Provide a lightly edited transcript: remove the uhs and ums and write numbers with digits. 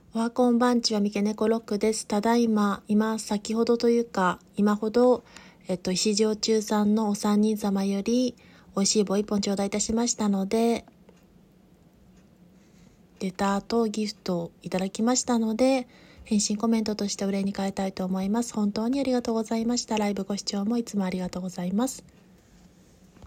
おはこんばんちは三毛猫ロックです。ただいま、先ほどというか、今ほど、石焼酎さんのお三人様より、美味しい棒一本頂戴いたしましたので、レターとギフトをいただきましたので、返信コメントとしてお礼に変えたいと思います。本当にありがとうございました。ライブご視聴もいつもありがとうございます。